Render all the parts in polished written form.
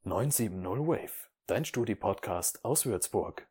970 Wave, dein Studi-Podcast aus Würzburg.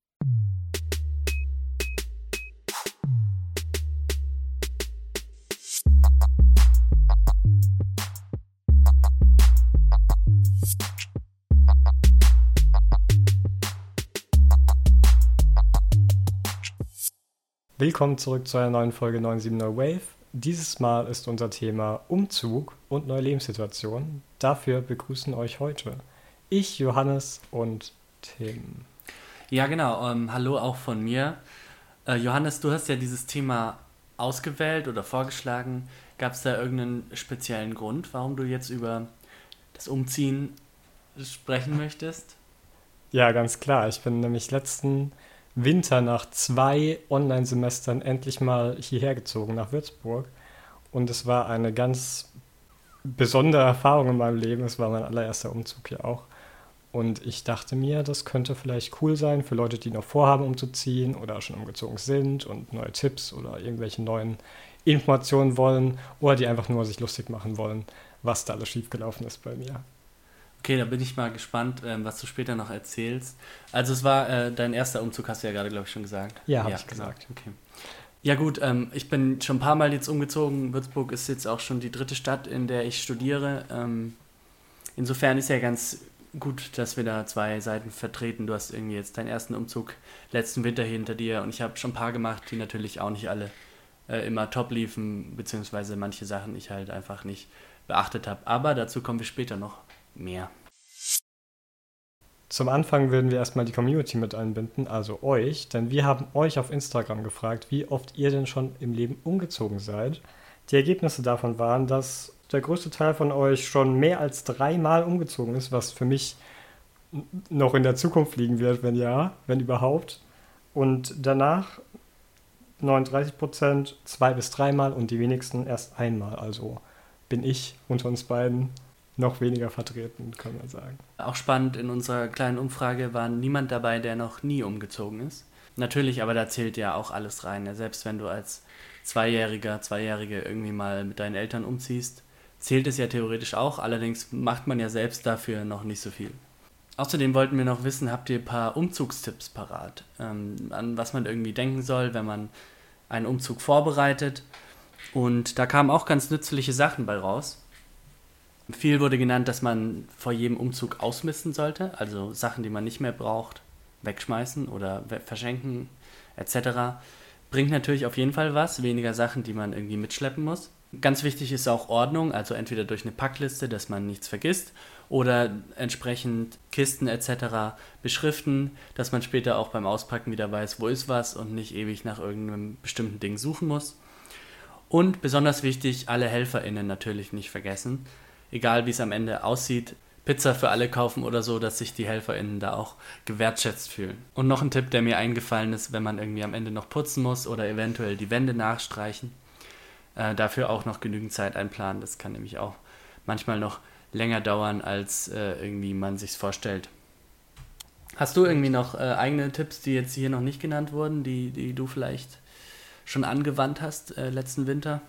Willkommen zurück zu einer neuen Folge 970 Wave. Dieses Mal ist unser Thema Umzug und neue Lebenssituation. Dafür begrüßen euch heute ich, Johannes und Tim. Ja, genau. Hallo auch von mir. Johannes, du hast ja dieses Thema ausgewählt oder vorgeschlagen. Gab es da irgendeinen speziellen Grund, warum du jetzt über das Umziehen sprechen möchtest? Ja, ganz klar. Ich bin nämlich letzten Winter nach 2 Online-Semestern endlich mal hierher gezogen, nach Würzburg. Und es war eine ganz besondere Erfahrung in meinem Leben. Es war mein allererster Umzug hier auch. Und ich dachte mir, das könnte vielleicht cool sein für Leute, die noch vorhaben umzuziehen oder schon umgezogen sind und neue Tipps oder irgendwelche neuen Informationen wollen oder die einfach nur sich lustig machen wollen, was da alles schiefgelaufen ist bei mir. Okay, da bin ich mal gespannt, was du später noch erzählst. Also es war dein erster Umzug, hast du ja gerade, glaube ich, schon gesagt. Ja, habe ich gesagt. Okay. Ja gut, ich bin schon ein paar Mal jetzt umgezogen. Würzburg ist jetzt auch schon die 3. Stadt, in der ich studiere. Insofern ist ja ganz gut, dass wir da 2 Seiten vertreten. Du hast irgendwie jetzt deinen ersten Umzug letzten Winter hinter dir und ich habe schon ein paar gemacht, die natürlich auch nicht alle immer top liefen, beziehungsweise manche Sachen ich halt einfach nicht beachtet habe. Aber dazu kommen wir später noch mehr. Zum Anfang würden wir erstmal die Community mit einbinden, also euch, denn wir haben euch auf Instagram gefragt, wie oft ihr denn schon im Leben umgezogen seid. Die Ergebnisse davon waren, dass der größte Teil von euch schon mehr als 3 Mal umgezogen ist, was für mich noch in der Zukunft liegen wird, wenn ja, wenn überhaupt. Und danach 39% 2 bis 3 Mal und die wenigsten erst einmal. Also bin ich unter uns beiden noch weniger vertreten, kann man sagen. Auch spannend, in unserer kleinen Umfrage war niemand dabei, der noch nie umgezogen ist. Natürlich, aber da zählt ja auch alles rein. Ja, selbst wenn du als Zweijährige irgendwie mal mit deinen Eltern umziehst, zählt es ja theoretisch auch. Allerdings macht man ja selbst dafür noch nicht so viel. Außerdem wollten wir noch wissen, habt ihr ein paar Umzugstipps parat, an was man irgendwie denken soll, wenn man einen Umzug vorbereitet. Und da kamen auch ganz nützliche Sachen bei raus. Viel wurde genannt, dass man vor jedem Umzug ausmisten sollte, also Sachen, die man nicht mehr braucht, wegschmeißen oder verschenken etc. Bringt natürlich auf jeden Fall was, weniger Sachen, die man irgendwie mitschleppen muss. Ganz wichtig ist auch Ordnung, also entweder durch eine Packliste, dass man nichts vergisst, oder entsprechend Kisten etc. beschriften, dass man später auch beim Auspacken wieder weiß, wo ist was und nicht ewig nach irgendeinem bestimmten Ding suchen muss. Und besonders wichtig, alle HelferInnen natürlich nicht vergessen. Egal wie es am Ende aussieht, Pizza für alle kaufen oder so, dass sich die HelferInnen da auch gewertschätzt fühlen. Und noch ein Tipp, der mir eingefallen ist, wenn man irgendwie am Ende noch putzen muss oder eventuell die Wände nachstreichen, dafür auch noch genügend Zeit einplanen. Das kann nämlich auch manchmal noch länger dauern, als irgendwie man sich's vorstellt. Hast du irgendwie noch eigene Tipps, die jetzt hier noch nicht genannt wurden, die du vielleicht schon angewandt hast letzten Winter?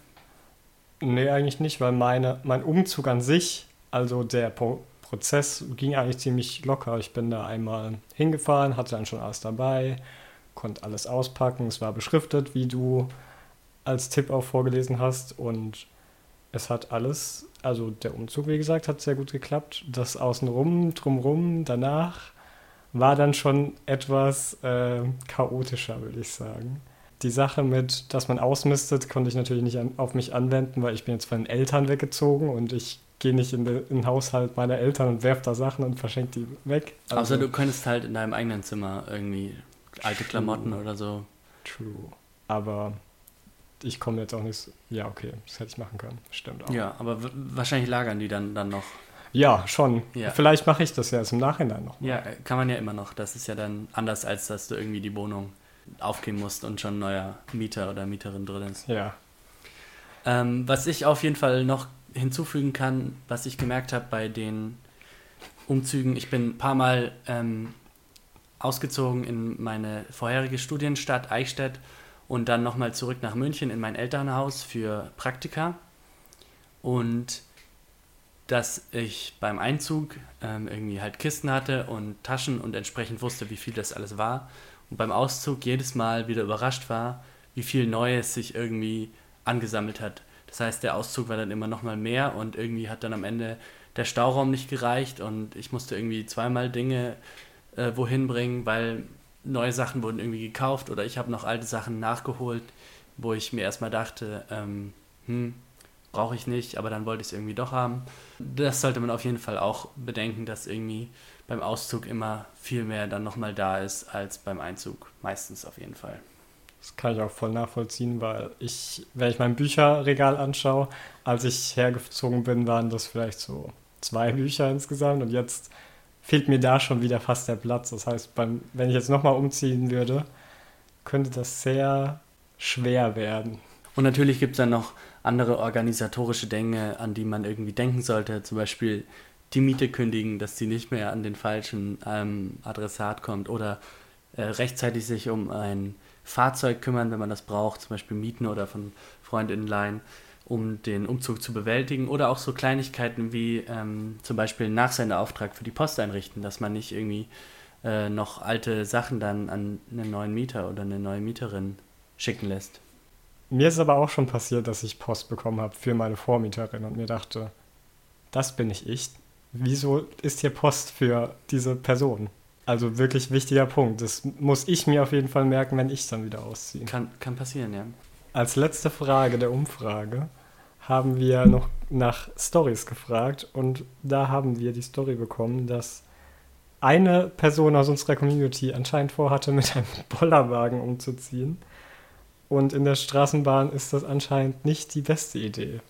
Nee, eigentlich nicht, weil mein Umzug an sich, also der Prozess ging eigentlich ziemlich locker. Ich bin da einmal hingefahren, hatte dann schon alles dabei, konnte alles auspacken. Es war beschriftet, wie du als Tipp auch vorgelesen hast. Und es hat alles, also der Umzug, wie gesagt, hat sehr gut geklappt. Das Außenrum, drumrum, danach war dann schon etwas chaotischer, würde ich sagen. Die Sache mit, dass man ausmistet, konnte ich natürlich nicht auf mich anwenden, weil ich bin jetzt von den Eltern weggezogen und ich gehe nicht in den Haushalt meiner Eltern und werfe da Sachen und verschenke die weg. Also, außer du könntest halt in deinem eigenen Zimmer irgendwie alte Klamotten oder so. True. Aber ich komme jetzt auch nicht so... Ja, okay, das hätte ich machen können. Stimmt auch. Ja, aber wahrscheinlich lagern die dann noch. Ja, schon. Ja. Vielleicht mache ich das ja jetzt im Nachhinein noch mal. Ja, kann man ja immer noch. Das ist ja dann anders, als dass du irgendwie die Wohnung aufgeben musst und schon ein neuer Mieter oder Mieterin drin ist. Ja. Was ich auf jeden Fall noch hinzufügen kann, was ich gemerkt habe bei den Umzügen, ich bin ein paar Mal ausgezogen in meine vorherige Studienstadt Eichstätt und dann nochmal zurück nach München in mein Elternhaus für Praktika. Und dass ich beim Einzug irgendwie halt Kisten hatte und Taschen und entsprechend wusste, wie viel das alles war. Und beim Auszug jedes Mal wieder überrascht war, wie viel Neues sich irgendwie angesammelt hat. Das heißt, der Auszug war dann immer noch mal mehr und irgendwie hat dann am Ende der Stauraum nicht gereicht und ich musste irgendwie zweimal Dinge wohin bringen, weil neue Sachen wurden irgendwie gekauft oder ich habe noch alte Sachen nachgeholt, wo ich mir erstmal dachte, brauche ich nicht, aber dann wollte ich es irgendwie doch haben. Das sollte man auf jeden Fall auch bedenken, dass irgendwie beim Auszug immer viel mehr dann nochmal da ist als beim Einzug. Meistens auf jeden Fall. Das kann ich auch voll nachvollziehen, weil wenn ich mein Bücherregal anschaue, als ich hergezogen bin, waren das vielleicht so 2 Bücher insgesamt und jetzt fehlt mir da schon wieder fast der Platz. Das heißt, wenn ich jetzt nochmal umziehen würde, könnte das sehr schwer werden. Und natürlich gibt es dann noch andere organisatorische Dinge, an die man irgendwie denken sollte. Zum Beispiel die Miete kündigen, dass sie nicht mehr an den falschen Adressat kommt oder rechtzeitig sich um ein Fahrzeug kümmern, wenn man das braucht, zum Beispiel mieten oder von FreundInnen leihen, um den Umzug zu bewältigen. Oder auch so Kleinigkeiten wie zum Beispiel einen Nachsendeauftrag für die Post einrichten, dass man nicht irgendwie noch alte Sachen dann an einen neuen Mieter oder eine neue Mieterin schicken lässt. Mir ist aber auch schon passiert, dass ich Post bekommen habe für meine Vormieterin und mir dachte, das bin nicht ich. Wieso ist hier Post für diese Person? Also wirklich wichtiger Punkt. Das muss ich mir auf jeden Fall merken, wenn ich dann wieder ausziehe. Kann passieren, ja. Als letzte Frage der Umfrage haben wir noch nach Storys gefragt und da haben wir die Story bekommen, dass eine Person aus unserer Community anscheinend vorhatte, mit einem Bollerwagen umzuziehen. Und in der Straßenbahn ist das anscheinend nicht die beste Idee.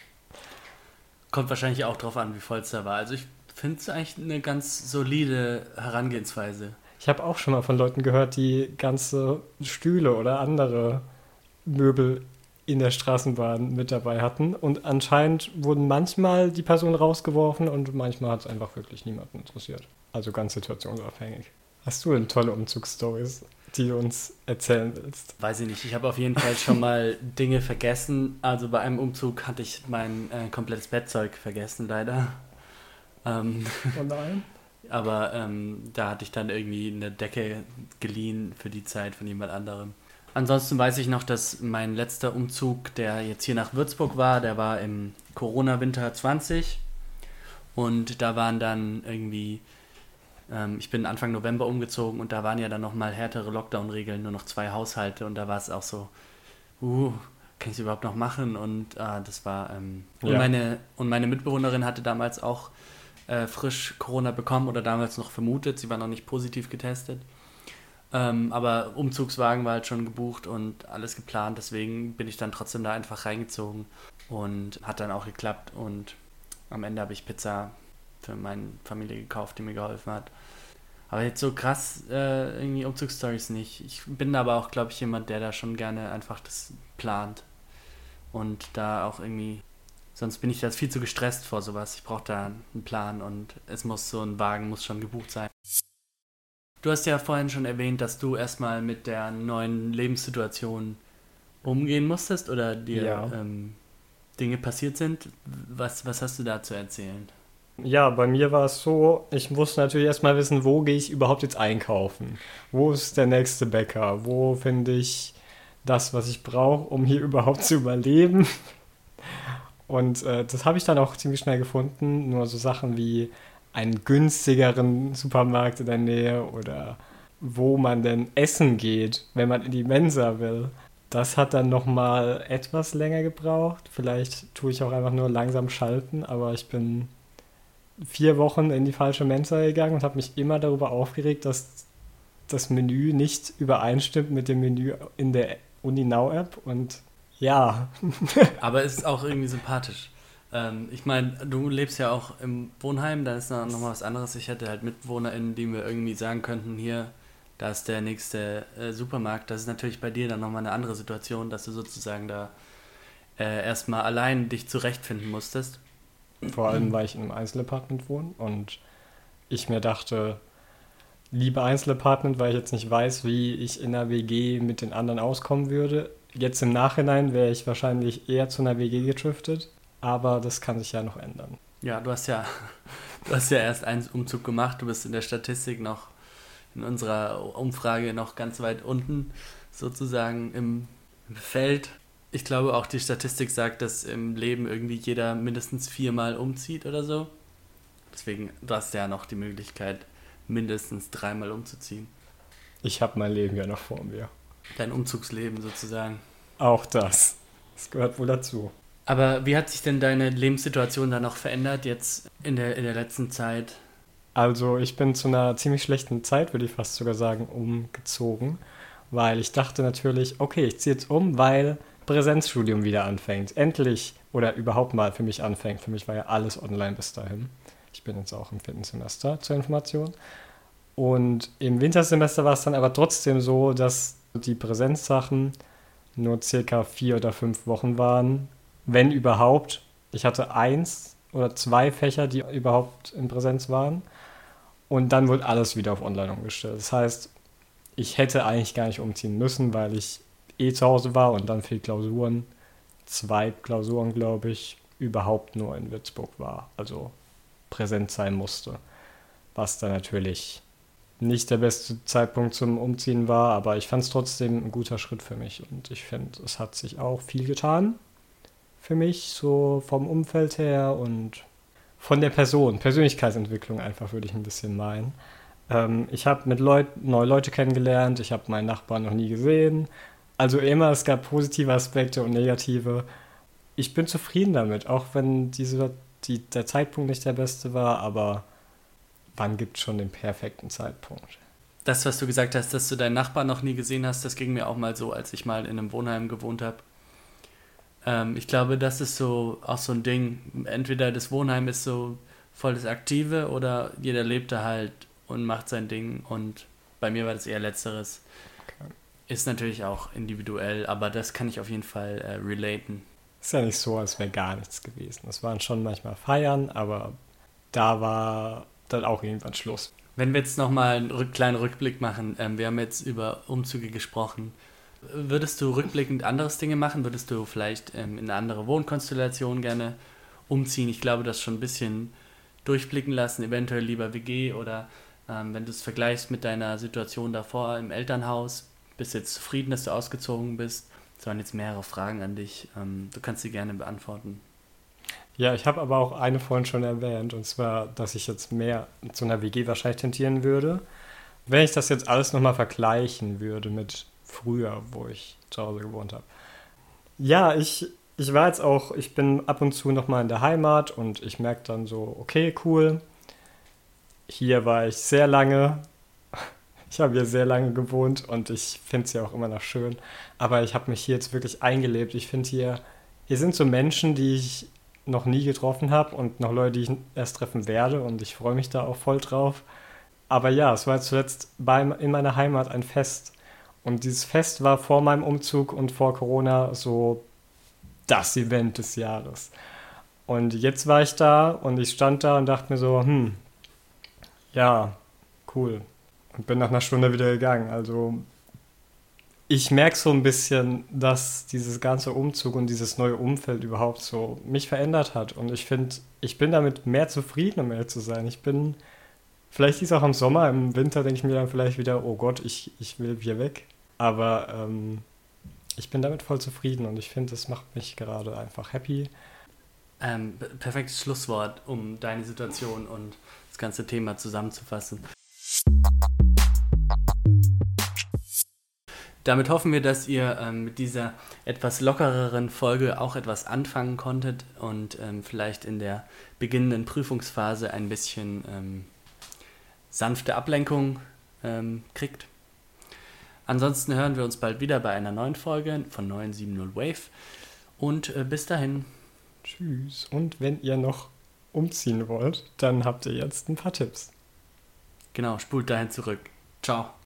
Kommt wahrscheinlich auch drauf an, wie voll es da war. Also ich finde es eigentlich eine ganz solide Herangehensweise. Ich habe auch schon mal von Leuten gehört, die ganze Stühle oder andere Möbel in der Straßenbahn mit dabei hatten. Und anscheinend wurden manchmal die Personen rausgeworfen und manchmal hat es einfach wirklich niemanden interessiert. Also ganz situationsabhängig. Hast du denn tolle Umzugsstories, die du uns erzählen willst? Weiß ich nicht. Ich habe auf jeden Fall schon mal Dinge vergessen. Also bei einem Umzug hatte ich mein komplettes Bettzeug vergessen, leider. Oh nein. Aber da hatte ich dann irgendwie eine Decke geliehen für die Zeit von jemand anderem. Ansonsten weiß ich noch, dass mein letzter Umzug, der jetzt hier nach Würzburg war, der war im Corona-Winter 20. Und da waren dann irgendwie, ich bin Anfang November umgezogen und da waren ja dann nochmal härtere Lockdown-Regeln, nur noch 2 Haushalte. Und da war es auch so, kann ich es überhaupt noch machen? Und das war, Ja. und meine Mitbewohnerin hatte damals auch frisch Corona bekommen oder damals noch vermutet. Sie war noch nicht positiv getestet. Aber Umzugswagen war halt schon gebucht und alles geplant. Deswegen bin ich dann trotzdem da einfach reingezogen und hat dann auch geklappt. Und am Ende habe ich Pizza für meine Familie gekauft, die mir geholfen hat. Aber jetzt so krass irgendwie Umzugsstories nicht. Ich bin aber auch, glaube ich, jemand, der da schon gerne einfach das plant. Und da auch irgendwie... Sonst bin ich da viel zu gestresst vor sowas. Ich brauche da einen Plan und ein Wagen muss schon gebucht sein. Du hast ja vorhin schon erwähnt, dass du erstmal mit der neuen Lebenssituation umgehen musstest oder dir Dinge passiert sind. Was hast du da zu erzählen? Ja, bei mir war es so, ich musste natürlich erstmal wissen, wo gehe ich überhaupt jetzt einkaufen? Wo ist der nächste Bäcker? Wo finde ich das, was ich brauche, um hier überhaupt zu überleben? Und das habe ich dann auch ziemlich schnell gefunden. Nur so Sachen wie einen günstigeren Supermarkt in der Nähe oder wo man denn essen geht, wenn man in die Mensa will. Das hat dann nochmal etwas länger gebraucht. Vielleicht tue ich auch einfach nur langsam schalten, aber ich bin 4 Wochen in die falsche Mensa gegangen und habe mich immer darüber aufgeregt, dass das Menü nicht übereinstimmt mit dem Menü in der UniNow-App und ja. Aber es ist auch irgendwie sympathisch. Ich meine, du lebst ja auch im Wohnheim, da ist noch mal was anderes. Ich hätte halt MitbewohnerInnen, die mir irgendwie sagen könnten, hier, da ist der nächste Supermarkt. Das ist natürlich bei dir dann nochmal eine andere Situation, dass du sozusagen da erstmal allein dich zurechtfinden musstest. Vor allem, weil ich in einem Einzelapartment wohne und ich mir dachte, lieber Einzelapartment, weil ich jetzt nicht weiß, wie ich in einer WG mit den anderen auskommen würde. Jetzt im Nachhinein wäre ich wahrscheinlich eher zu einer WG gedriftet, aber das kann sich ja noch ändern. Ja, du hast ja erst einen Umzug gemacht, du bist in der Statistik noch, in unserer Umfrage noch ganz weit unten, sozusagen im Feld. Ich glaube auch die Statistik sagt, dass im Leben irgendwie jeder mindestens 4-mal umzieht oder so. Deswegen, du hast ja noch die Möglichkeit, mindestens 3-mal umzuziehen. Ich habe mein Leben ja noch vor mir. Dein Umzugsleben sozusagen. Auch das. Das gehört wohl dazu. Aber wie hat sich denn deine Lebenssituation dann noch verändert jetzt in der letzten Zeit? Also ich bin zu einer ziemlich schlechten Zeit, würde ich fast sogar sagen, umgezogen. Weil ich dachte natürlich, okay, ich ziehe jetzt um, weil Präsenzstudium wieder anfängt. Endlich oder überhaupt mal für mich anfängt. Für mich war ja alles online bis dahin. Ich bin jetzt auch im 4. Semester zur Information. Und im Wintersemester war es dann aber trotzdem so, dass die Präsenzsachen nur circa 4 oder 5 Wochen waren, wenn überhaupt. Ich hatte 1 oder 2 Fächer, die überhaupt in Präsenz waren. Und dann wurde alles wieder auf online umgestellt. Das heißt, ich hätte eigentlich gar nicht umziehen müssen, weil ich zu Hause war und dann für die Klausuren, 2 Klausuren, glaube ich, überhaupt nur in Würzburg war. Also präsent sein musste. Was dann natürlich nicht der beste Zeitpunkt zum Umziehen war, aber ich fand es trotzdem ein guter Schritt für mich. Und ich finde, es hat sich auch viel getan für mich, so vom Umfeld her und von der Persönlichkeitsentwicklung einfach, würde ich ein bisschen meinen. Ich habe mit neue Leute kennengelernt, ich habe meinen Nachbarn noch nie gesehen. Also immer, es gab positive Aspekte und negative. Ich bin zufrieden damit, auch wenn der Zeitpunkt nicht der beste war, aber wann gibt es schon den perfekten Zeitpunkt? Das, was du gesagt hast, dass du deinen Nachbarn noch nie gesehen hast, das ging mir auch mal so, als ich mal in einem Wohnheim gewohnt habe. Ich glaube, das ist so auch so ein Ding. Entweder das Wohnheim ist so voll das Aktive oder jeder lebt da halt und macht sein Ding. Und bei mir war das eher Letzteres. Okay. Ist natürlich auch individuell, aber das kann ich auf jeden Fall relaten. Ist ja nicht so, als wäre gar nichts gewesen. Es waren schon manchmal Feiern, aber da war dann auch irgendwann Schluss. Wenn wir jetzt nochmal einen kleinen Rückblick machen, wir haben jetzt über Umzüge gesprochen. Würdest du rückblickend anderes Dinge machen? Würdest du vielleicht in eine andere Wohnkonstellation gerne umziehen? Ich glaube, das schon ein bisschen durchblicken lassen, eventuell lieber WG oder wenn du es vergleichst mit deiner Situation davor im Elternhaus, bist du jetzt zufrieden, dass du ausgezogen bist? Das waren jetzt mehrere Fragen an dich. Du kannst sie gerne beantworten. Ja, ich habe aber auch eine vorhin schon erwähnt, und zwar, dass ich jetzt mehr zu einer WG wahrscheinlich tendieren würde. Wenn ich das jetzt alles nochmal vergleichen würde mit früher, wo ich zu Hause gewohnt habe. Ja, ich war jetzt auch, ich bin ab und zu nochmal in der Heimat und ich merke dann so, okay, cool. Hier war ich sehr lange. Ich habe hier sehr lange gewohnt und ich finde es ja auch immer noch schön. Aber ich habe mich hier jetzt wirklich eingelebt. Ich finde hier sind so Menschen, die ich noch nie getroffen habe und noch Leute, die ich erst treffen werde und ich freue mich da auch voll drauf. Aber ja, es war zuletzt in meiner Heimat ein Fest. Und dieses Fest war vor meinem Umzug und vor Corona so das Event des Jahres. Und jetzt war ich da und ich stand da und dachte mir so, ja, cool. Und bin nach einer Stunde wieder gegangen. Also ich merke so ein bisschen, dass dieses ganze Umzug und dieses neue Umfeld überhaupt so mich verändert hat. Und ich finde, ich bin damit mehr zufrieden, um ehrlich zu sein. Vielleicht ist auch im Sommer, im Winter denke ich mir dann vielleicht wieder, oh Gott, ich will hier weg. Aber ich bin damit voll zufrieden und ich finde, das macht mich gerade einfach happy. Perfektes Schlusswort, um deine Situation und das ganze Thema zusammenzufassen. Damit hoffen wir, dass ihr mit dieser etwas lockereren Folge auch etwas anfangen konntet und vielleicht in der beginnenden Prüfungsphase ein bisschen sanfte Ablenkung kriegt. Ansonsten hören wir uns bald wieder bei einer neuen Folge von 970 Wave und bis dahin. Tschüss. Und wenn ihr noch umziehen wollt, dann habt ihr jetzt ein paar Tipps. Genau, spult dahin zurück. Ciao.